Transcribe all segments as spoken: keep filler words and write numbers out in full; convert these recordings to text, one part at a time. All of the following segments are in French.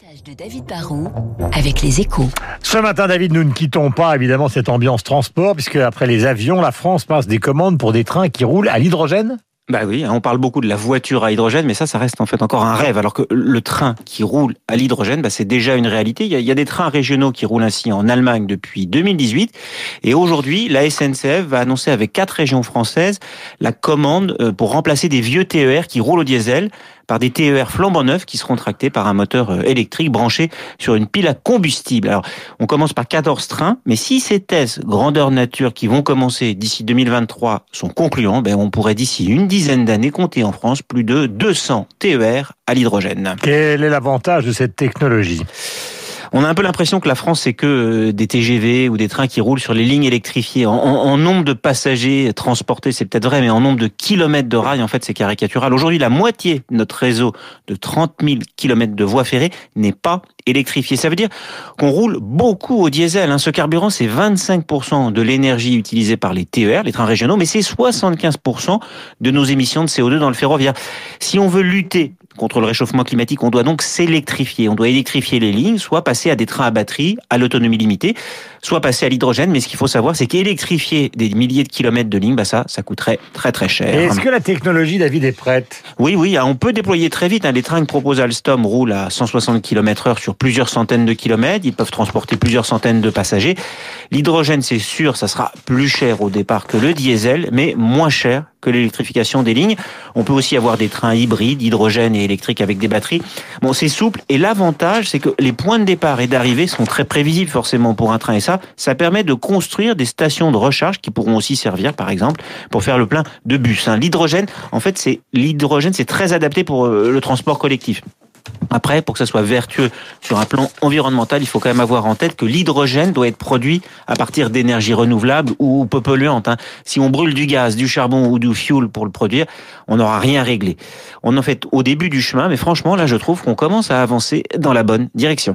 reportage de David Barrault avec Les Échos. Ce matin, David, nous ne quittons pas évidemment cette ambiance transport, puisque après les avions, la France passe des commandes pour des trains qui roulent à l'hydrogène. Bah oui, on parle beaucoup de la voiture à hydrogène, mais ça, ça reste en fait encore un rêve. Alors que le train qui roule à l'hydrogène, bah, c'est déjà une réalité. Il y, a, il y a des trains régionaux qui roulent ainsi en Allemagne depuis deux mille dix-huit. Et aujourd'hui, la S N C F va annoncer avec quatre régions françaises la commande pour remplacer des vieux T E R qui roulent au diesel par des T E R flambant neufs qui seront tractés par un moteur électrique branché sur une pile à combustible. Alors, on commence par quatorze trains, mais si ces tests grandeur nature qui vont commencer d'ici deux mille vingt-trois sont concluants, ben on pourrait d'ici une dizaine d'années compter en France plus de deux cents T E R à l'hydrogène. Quel est l'avantage de cette technologie ? On a un peu l'impression que la France, c'est que des T G V ou des trains qui roulent sur les lignes électrifiées. En, en, en nombre de passagers transportés, c'est peut-être vrai, mais en nombre de kilomètres de rails, en fait, c'est caricatural. Aujourd'hui, la moitié de notre réseau de trente mille kilomètres de voies ferrées n'est pas électrifié. Ça veut dire qu'on roule beaucoup au diesel. Ce carburant, c'est vingt-cinq pour cent de l'énergie utilisée par les T E R, les trains régionaux, mais c'est soixante-quinze pour cent de nos émissions de C O deux dans le ferroviaire. Si on veut lutter contre le réchauffement climatique, on doit donc s'électrifier. On doit électrifier les lignes, soit passer à des trains à batterie à l'autonomie limitée, soit passer à l'hydrogène. Mais ce qu'il faut savoir, c'est qu'électrifier des milliers de kilomètres de lignes, bah ça, ça coûterait très très cher. Et est-ce que la technologie, David, est prête ? Oui, oui, on peut déployer très vite. Les trains que propose Alstom roulent à cent soixante kilomètres heure sur plusieurs centaines de kilomètres. Ils peuvent transporter plusieurs centaines de passagers. L'hydrogène, c'est sûr, ça sera plus cher au départ que le diesel, mais moins cher que l'électrification des lignes. On peut aussi avoir des trains hybrides, hydrogène et électrique avec des batteries. Bon, c'est souple et l'avantage, c'est que les points de départ et d'arrivée sont très prévisibles forcément pour un train. Et ça, ça permet de construire des stations de recharge qui pourront aussi servir, par exemple, pour faire le plein de bus. L'hydrogène, en fait, c'est l'hydrogène, c'est très adapté pour le transport collectif. Après, pour que ça soit vertueux sur un plan environnemental, il faut quand même avoir en tête que l'hydrogène doit être produit à partir d'énergies renouvelables ou peu polluantes. Si on brûle du gaz, du charbon ou du fioul pour le produire, on n'aura rien réglé. On est en fait au début du chemin, mais franchement, là, je trouve qu'on commence à avancer dans la bonne direction.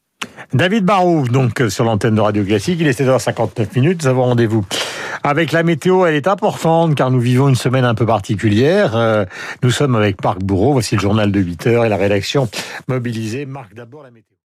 David Barrault, donc sur l'antenne de Radio Classique, il est sept heures cinquante-neuf minutes, nous avons rendez-vous avec la météo. Elle est importante car nous vivons une semaine un peu particulière. Euh, nous sommes avec Marc Bourreau, voici le journal de huit heures et la rédaction mobilisée. Marc, d'abord la météo.